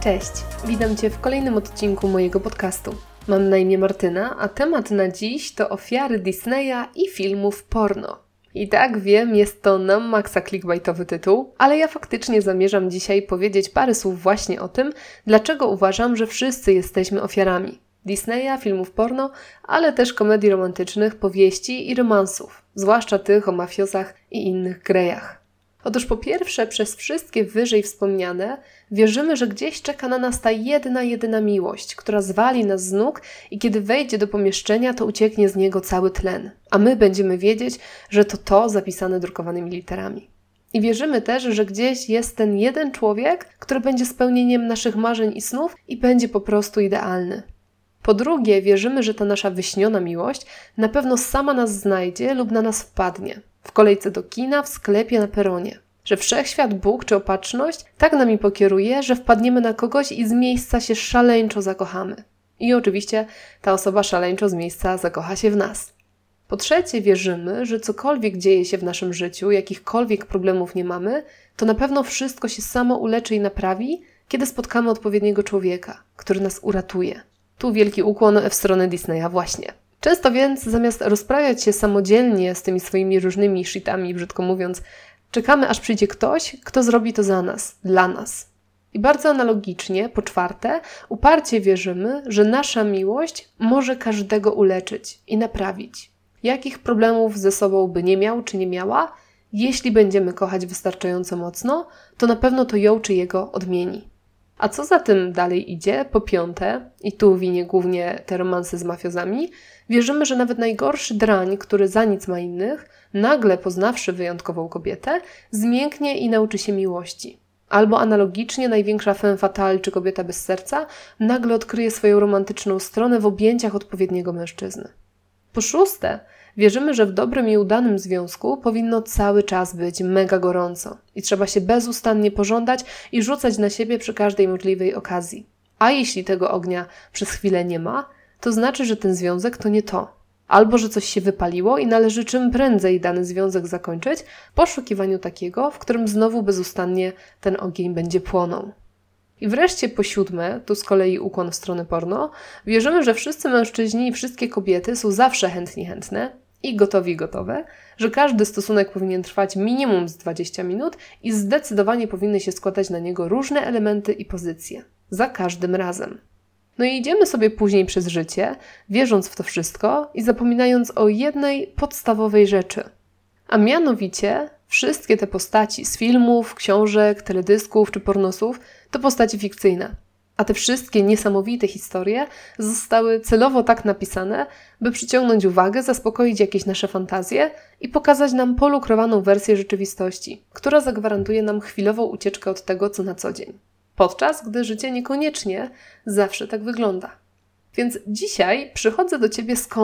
Cześć, witam Cię w kolejnym odcinku mojego podcastu. Mam na imię Martyna, a temat na dziś to ofiary Disneya i filmów porno. I tak wiem, jest to na maksa clickbaitowy tytuł, ale ja faktycznie zamierzam dzisiaj powiedzieć parę słów właśnie o tym, dlaczego uważam, że wszyscy jesteśmy ofiarami Disneya, filmów porno, ale też komedii romantycznych, powieści i romansów, zwłaszcza tych o mafiozach i innych grejach. Otóż po pierwsze, przez wszystkie wyżej wspomniane wierzymy, że gdzieś czeka na nas ta jedyna miłość, która zwali nas z nóg i kiedy wejdzie do pomieszczenia, to ucieknie z niego cały tlen. A my będziemy wiedzieć, że to zapisane drukowanymi literami. I wierzymy też, że gdzieś jest ten jeden człowiek, który będzie spełnieniem naszych marzeń i snów i będzie po prostu idealny. Po drugie, wierzymy, że ta nasza wyśniona miłość na pewno sama nas znajdzie lub na nas wpadnie. W kolejce do kina, w sklepie, na peronie. Że wszechświat, Bóg czy opatrzność tak nami pokieruje, że wpadniemy na kogoś i z miejsca się szaleńczo zakochamy. I oczywiście ta osoba szaleńczo z miejsca zakocha się w nas. Po trzecie, wierzymy, że cokolwiek dzieje się w naszym życiu, jakichkolwiek problemów nie mamy, to na pewno wszystko się samo uleczy i naprawi, kiedy spotkamy odpowiedniego człowieka, który nas uratuje. Tu wielki ukłon w stronę Disneya właśnie. Często więc, zamiast rozprawiać się samodzielnie z tymi swoimi różnymi shitami, brzydko mówiąc, czekamy, aż przyjdzie ktoś, kto zrobi to za nas, dla nas. I bardzo analogicznie, po czwarte, uparcie wierzymy, że nasza miłość może każdego uleczyć i naprawić. Jakich problemów ze sobą by nie miał czy nie miała, jeśli będziemy kochać wystarczająco mocno, to na pewno to ją czy jego odmieni. A co za tym dalej idzie? Po piąte, i tu winię głównie te romanse z mafiozami, wierzymy, że nawet najgorszy drań, który za nic ma innych, nagle poznawszy wyjątkową kobietę, zmięknie i nauczy się miłości. Albo analogicznie największa femme fatale czy kobieta bez serca nagle odkryje swoją romantyczną stronę w objęciach odpowiedniego mężczyzny. Po szóste, wierzymy, że w dobrym i udanym związku powinno cały czas być mega gorąco i trzeba się bezustannie pożądać i rzucać na siebie przy każdej możliwej okazji. A jeśli tego ognia przez chwilę nie ma, to znaczy, że ten związek to nie to. Albo, że coś się wypaliło i należy czym prędzej dany związek zakończyć w poszukiwaniu takiego, w którym znowu bezustannie ten ogień będzie płonął. I wreszcie po siódme, tu z kolei ukłon w stronę porno, wierzymy, że wszyscy mężczyźni i wszystkie kobiety są zawsze chętne i gotowe, że każdy stosunek powinien trwać minimum z 20 minut i zdecydowanie powinny się składać na niego różne elementy i pozycje. Za każdym razem. No i idziemy sobie później przez życie, wierząc w to wszystko i zapominając o jednej podstawowej rzeczy. A mianowicie wszystkie te postaci z filmów, książek, teledysków czy pornosów to postaci fikcyjne. A te wszystkie niesamowite historie zostały celowo tak napisane, by przyciągnąć uwagę, zaspokoić jakieś nasze fantazje i pokazać nam polukrowaną wersję rzeczywistości, która zagwarantuje nam chwilową ucieczkę od tego, co na co dzień. Podczas gdy życie niekoniecznie zawsze tak wygląda. Więc dzisiaj przychodzę do Ciebie z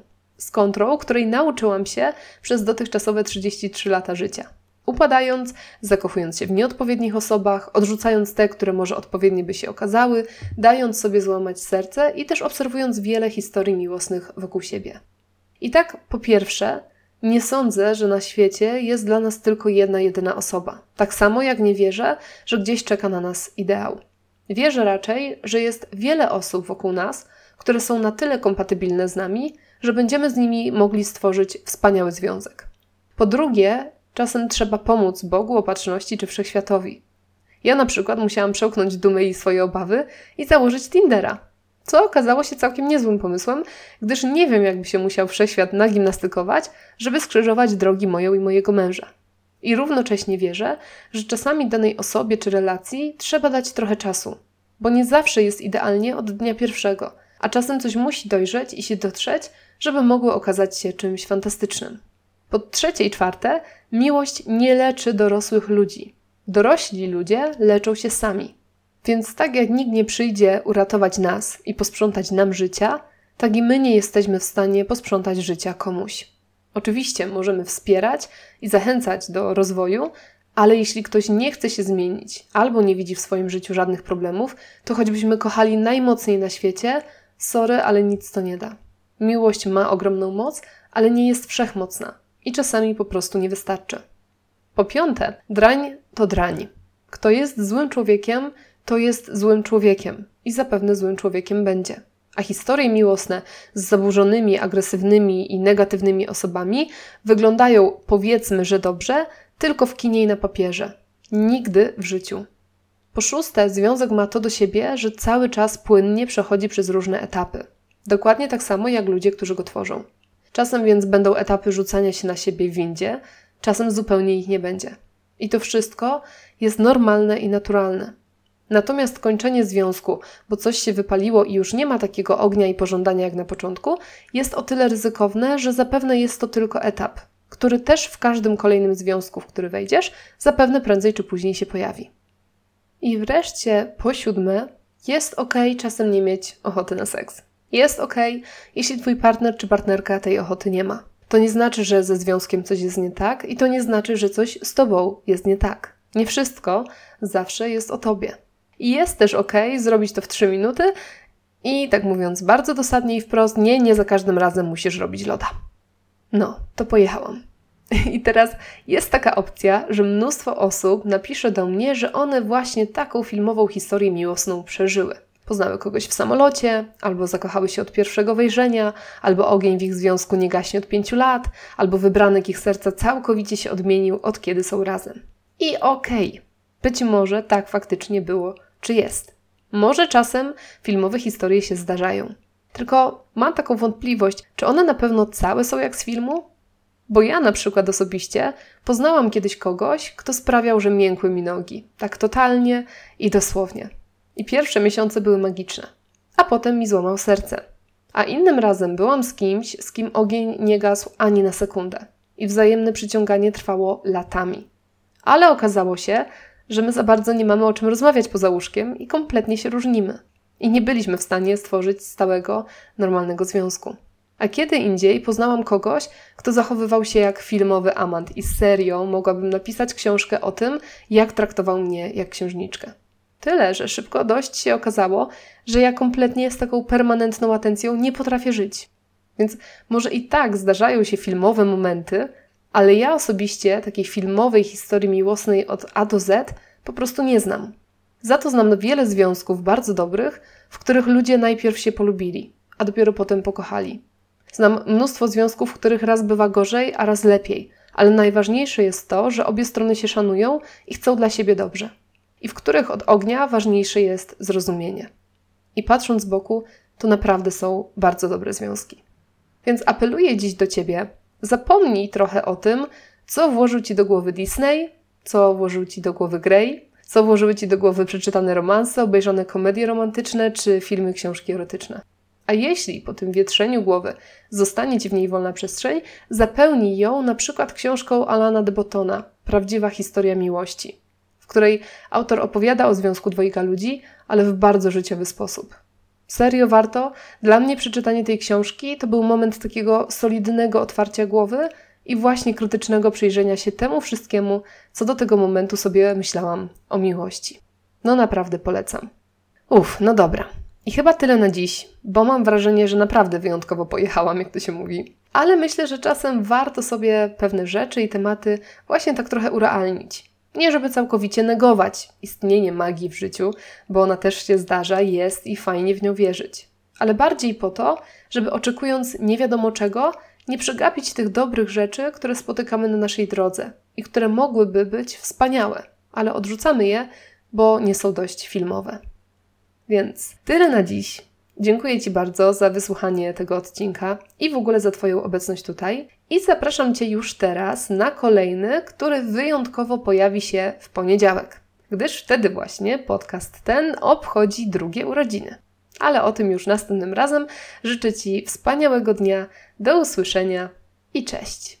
kontrą, której nauczyłam się przez dotychczasowe 33 lata życia. Upadając, zakochując się w nieodpowiednich osobach, odrzucając te, które może odpowiednie by się okazały, dając sobie złamać serce i też obserwując wiele historii miłosnych wokół siebie. I tak, po pierwsze, nie sądzę, że na świecie jest dla nas tylko jedyna osoba. Tak samo jak nie wierzę, że gdzieś czeka na nas ideał. Wierzę raczej, że jest wiele osób wokół nas, które są na tyle kompatybilne z nami, że będziemy z nimi mogli stworzyć wspaniały związek. Po drugie, czasem trzeba pomóc Bogu, opatrzności czy wszechświatowi. Ja na przykład musiałam przełknąć dumę i swoje obawy i założyć Tindera, co okazało się całkiem niezłym pomysłem, gdyż nie wiem, jakby się musiał wszechświat nagimnastykować, żeby skrzyżować drogi moją i mojego męża. I równocześnie wierzę, że czasami danej osobie czy relacji trzeba dać trochę czasu, bo nie zawsze jest idealnie od dnia pierwszego, a czasem coś musi dojrzeć i się dotrzeć, żeby mogło okazać się czymś fantastycznym. Po trzecie i czwarte, miłość nie leczy dorosłych ludzi. Dorośli ludzie leczą się sami. Więc tak jak nikt nie przyjdzie uratować nas i posprzątać nam życia, tak i my nie jesteśmy w stanie posprzątać życia komuś. Oczywiście możemy wspierać i zachęcać do rozwoju, ale jeśli ktoś nie chce się zmienić albo nie widzi w swoim życiu żadnych problemów, to choćbyśmy kochali najmocniej na świecie, sorry, ale nic to nie da. Miłość ma ogromną moc, ale nie jest wszechmocna i czasami po prostu nie wystarczy. Po piąte, drań to drań. Kto jest złym człowiekiem, to jest złym człowiekiem i zapewne złym człowiekiem będzie. A historie miłosne z zaburzonymi, agresywnymi i negatywnymi osobami wyglądają, powiedzmy, że dobrze, tylko w kinie i na papierze. Nigdy w życiu. Po szóste, związek ma to do siebie, że cały czas płynnie przechodzi przez różne etapy. Dokładnie tak samo jak ludzie, którzy go tworzą. Czasem więc będą etapy rzucania się na siebie w windzie, czasem zupełnie ich nie będzie. I to wszystko jest normalne i naturalne. Natomiast kończenie związku, bo coś się wypaliło i już nie ma takiego ognia i pożądania jak na początku, jest o tyle ryzykowne, że zapewne jest to tylko etap, który też w każdym kolejnym związku, w który wejdziesz, zapewne prędzej czy później się pojawi. I wreszcie, po siódme, jest okej czasem nie mieć ochoty na seks. Jest okej, jeśli twój partner czy partnerka tej ochoty nie ma. To nie znaczy, że ze związkiem coś jest nie tak i to nie znaczy, że coś z tobą jest nie tak. Nie wszystko zawsze jest o tobie. I jest też okej zrobić to w 3 minuty i tak mówiąc bardzo dosadnie i wprost, nie za każdym razem musisz robić loda. No, to pojechałam. I teraz jest taka opcja, że mnóstwo osób napisze do mnie, że one właśnie taką filmową historię miłosną przeżyły. Poznały kogoś w samolocie, albo zakochały się od pierwszego wejrzenia, albo ogień w ich związku nie gaśnie od 5 lat, albo wybranek ich serca całkowicie się odmienił od kiedy są razem. I okej, być może tak faktycznie było, czy jest. Może czasem filmowe historie się zdarzają. Tylko mam taką wątpliwość, czy one na pewno całe są jak z filmu? Bo ja na przykład osobiście poznałam kiedyś kogoś, kto sprawiał, że miękły mi nogi. Tak totalnie i dosłownie. I pierwsze miesiące były magiczne. A potem mi złamał serce. A innym razem byłam z kimś, z kim ogień nie gasł ani na sekundę. I wzajemne przyciąganie trwało latami. Ale okazało się, że my za bardzo nie mamy o czym rozmawiać poza łóżkiem i kompletnie się różnimy. I nie byliśmy w stanie stworzyć stałego, normalnego związku. A kiedy indziej poznałam kogoś, kto zachowywał się jak filmowy amant i serio mogłabym napisać książkę o tym, jak traktował mnie jak księżniczkę. Tyle, że szybko dość się okazało, że ja kompletnie z taką permanentną atencją nie potrafię żyć. Więc może i tak zdarzają się filmowe momenty, ale ja osobiście takiej filmowej historii miłosnej od A do Z po prostu nie znam. Za to znam wiele związków bardzo dobrych, w których ludzie najpierw się polubili, a dopiero potem pokochali. Znam mnóstwo związków, w których raz bywa gorzej, a raz lepiej, ale najważniejsze jest to, że obie strony się szanują i chcą dla siebie dobrze. I w których od ognia ważniejsze jest zrozumienie. I patrząc z boku, to naprawdę są bardzo dobre związki. Więc apeluję dziś do Ciebie, zapomnij trochę o tym, co włożył Ci do głowy Disney, co włożył Ci do głowy Grey, co włożyły Ci do głowy przeczytane romanse, obejrzane komedie romantyczne czy filmy, książki erotyczne. A jeśli po tym wietrzeniu głowy zostanie Ci w niej wolna przestrzeń, zapełnij ją na przykład książką Alana de Bottona Prawdziwa historia miłości, w której autor opowiada o związku dwojga ludzi, ale w bardzo życiowy sposób. Serio warto. Dla mnie przeczytanie tej książki to był moment takiego solidnego otwarcia głowy i właśnie krytycznego przyjrzenia się temu wszystkiemu, co do tego momentu sobie myślałam o miłości. No naprawdę polecam. No dobra. I chyba tyle na dziś, bo mam wrażenie, że naprawdę wyjątkowo pojechałam, jak to się mówi. Ale myślę, że czasem warto sobie pewne rzeczy i tematy właśnie tak trochę urealnić. Nie żeby całkowicie negować istnienie magii w życiu, bo ona też się zdarza, jest i fajnie w nią wierzyć. Ale bardziej po to, żeby oczekując nie wiadomo czego, nie przegapić tych dobrych rzeczy, które spotykamy na naszej drodze i które mogłyby być wspaniałe, ale odrzucamy je, bo nie są dość filmowe. Więc tyle na dziś. Dziękuję Ci bardzo za wysłuchanie tego odcinka i w ogóle za Twoją obecność tutaj. I zapraszam Cię już teraz na kolejny, który wyjątkowo pojawi się w poniedziałek, gdyż wtedy właśnie podcast ten obchodzi 2 urodziny. Ale o tym już następnym razem. Życzę Ci wspaniałego dnia, do usłyszenia i cześć!